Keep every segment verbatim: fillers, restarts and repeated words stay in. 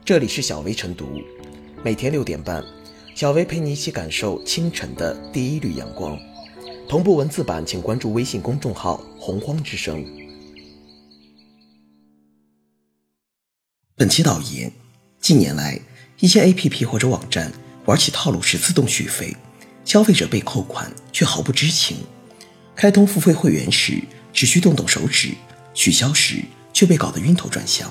这里是小薇晨读，每天六点半，小薇陪你一起感受清晨的第一缕阳光。同步文字版请关注微信公众号洪荒之声。本期导言：近年来，一些 A P P 或者网站玩起套路式自动续费，消费者被扣款却毫不知情。开通付费会员时只需动动手指，取消时却被搞得晕头转向。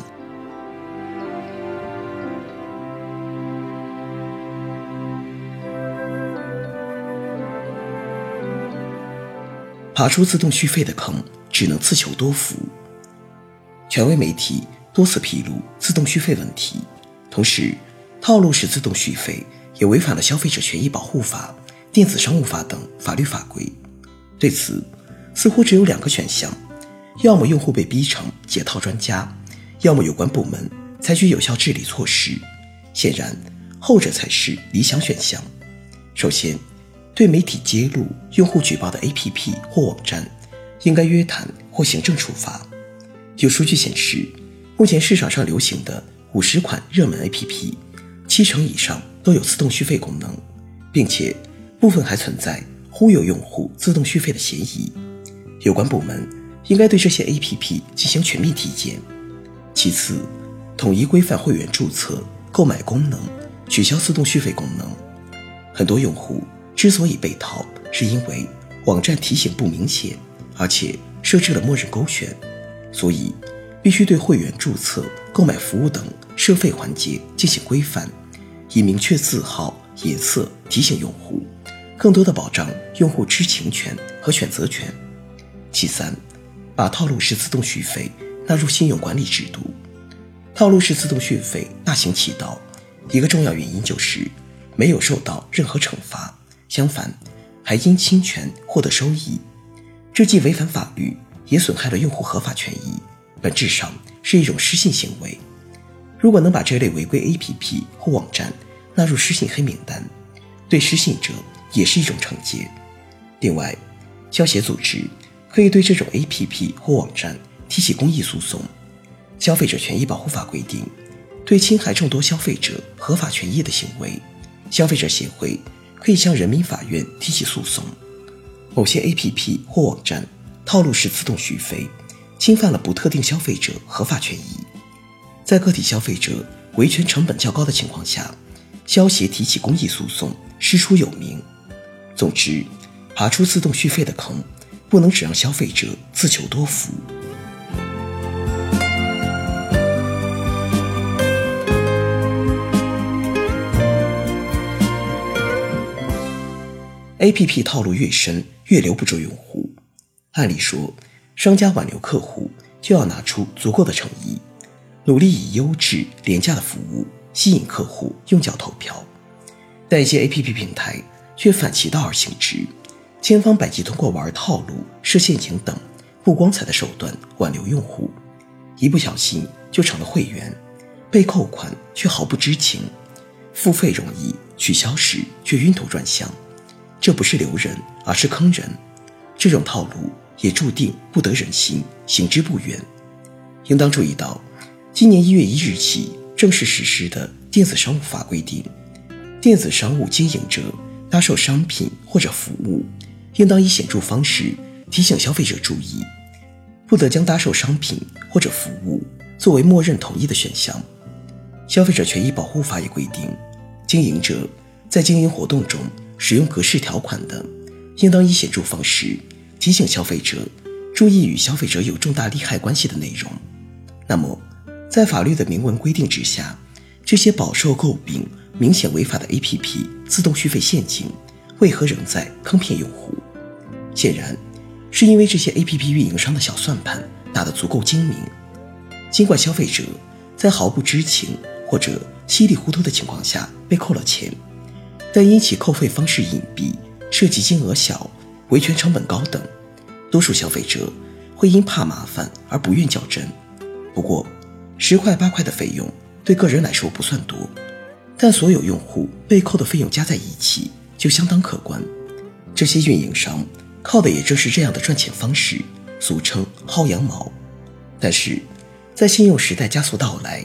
爬出自动续费的坑，只能自求多福。权威媒体多次披露自动续费问题，同时套路式自动续费也违反了消费者权益保护法、电子商务法等法律法规。对此，似乎只有两个选项：要么用户被逼成解套专家，要么有关部门采取有效治理措施。显然，后者才是理想选项。首先，对媒体揭露用户举报的 A P P 或网站，应该约谈或行政处罚。有数据显示，目前市场上流行的五十款热门 A P P， 七成以上都有自动续费功能，并且部分还存在忽悠用户自动续费的嫌疑。有关部门应该对这些 A P P 进行全面体检。其次，统一规范会员注册、购买功能，取消自动续费功能。很多用户之所以被套，是因为网站提醒不明显，而且设置了默认勾选，所以必须对会员注册、购买服务等涉费环节进行规范，以明确字号、颜色提醒用户，更多的保障用户知情权和选择权。其三，把套路式自动续费纳入信用管理制度。套路式自动续费大行其道，一个重要原因就是没有受到任何惩罚，相反，还因侵权获得收益，这既违反法律，也损害了用户合法权益，本质上是一种失信行为。如果能把这类违规 A P P 或网站纳入失信黑名单，对失信者也是一种惩戒。另外，消协组织可以对这种 A P P 或网站提起公益诉讼。消费者权益保护法规定，对侵害众多消费者合法权益的行为，消费者协会可以向人民法院提起诉讼。某些 A P P 或网站套路式自动续费，侵犯了不特定消费者合法权益。在个体消费者维权成本较高的情况下，消协提起公益诉讼师出有名。总之，爬出自动续费的坑，不能只让消费者自求多福。A P P 套路越深，越留不住用户。按理说，商家挽留客户就要拿出足够的诚意，努力以优质、廉价的服务吸引客户用脚投票。但一些 A P P 平台却反其道而行之，千方百计通过玩套路、设陷阱等不光彩的手段挽留用户，一不小心就成了会员，被扣款却毫不知情，付费容易，取消时却晕头转向。这不是留人，而是坑人。这种套路也注定不得人心，行之不远。应当注意到，今年一月一日起正式实施的电子商务法规定，电子商务经营者搭售商品或者服务，应当以显著方式提醒消费者注意，不得将搭售商品或者服务作为默认同意的选项。消费者权益保护法也规定，经营者在经营活动中使用格式条款的，应当以显著方式提醒消费者注意与消费者有重大利害关系的内容。那么，在法律的明文规定之下，这些饱受诟病、明显违法的 A P P 自动续费陷阱，为何仍在坑骗用户？显然，是因为这些 A P P 运营商的小算盘打得足够精明。尽管消费者在毫不知情或者稀里糊涂的情况下被扣了钱，但因其扣费方式隐蔽、涉及金额小、维权成本高等，多数消费者会因怕麻烦而不愿较真。不过，十块八块的费用对个人来说不算多，但所有用户被扣的费用加在一起就相当可观。这些运营商靠的也正是这样的赚钱方式，俗称薅羊毛。但是，在信用时代加速到来，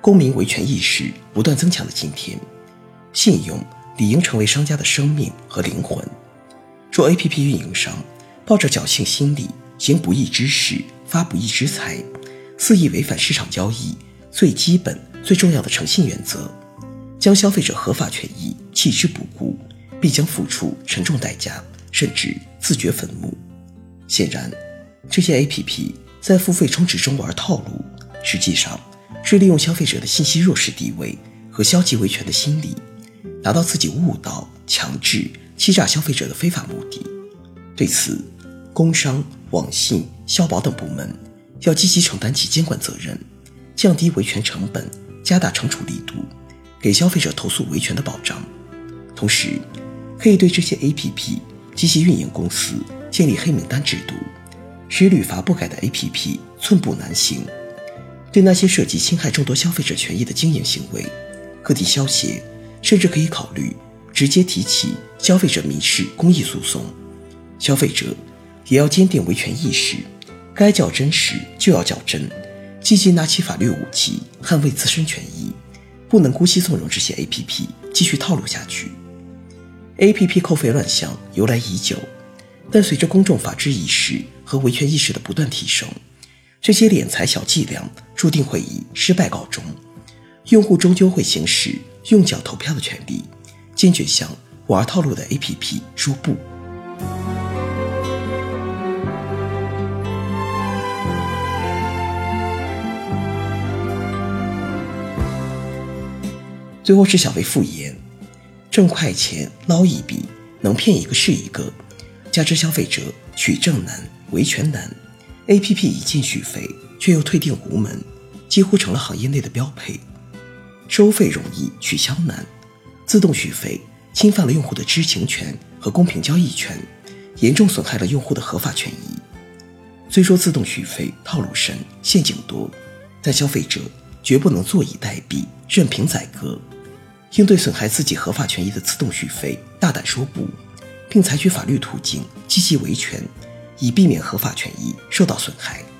公民维权意识不断增强的今天，信用理应成为商家的生命和灵魂。若 A P P 运营商抱着侥幸心理，行不义之事，发不义之财，肆意违反市场交易最基本最重要的诚信原则，将消费者合法权益弃之不顾，必将付出沉重代价，甚至自掘坟墓。显然，这些 A P P 在付费充值中玩套路，实际上是利用消费者的信息弱势地位和消极维权的心理，达到自己误导、强制、欺诈消费者的非法目的。对此，工商、网信、消保等部门要积极承担起监管责任，降低维权成本，加大惩处力度，给消费者投诉维权的保障。同时，可以对这些 A P P 及其运营公司建立黑名单制度，使屡罚不改的 A P P 寸步难行。对那些涉及侵害众多消费者权益的经营行为，各地消协甚至可以考虑直接提起消费者民事公益诉讼。消费者也要坚定维权意识，该较真时就要较真，积极拿起法律武器捍卫自身权益，不能姑息纵容这些 A P P 继续套路下去。A P P 扣费乱象由来已久，但随着公众法治意识和维权意识的不断提升，这些敛财小伎俩注定会以失败告终，用户终究会行使用脚投票的权利，坚决向玩套路的 A P P 说不。最后是小微复言，挣快钱捞一笔，能骗一个是一个，加之消费者取证难、维权难， A P P 一键续费却又退订无门，几乎成了行业内的标配。收费容易取消难，自动续费侵犯了用户的知情权和公平交易权，严重损害了用户的合法权益。虽说自动续费套路深、陷阱多，但消费者绝不能坐以待毙，任凭宰割。应对损害自己合法权益的自动续费大胆说不，并采取法律途径积极维权，以避免合法权益受到损害。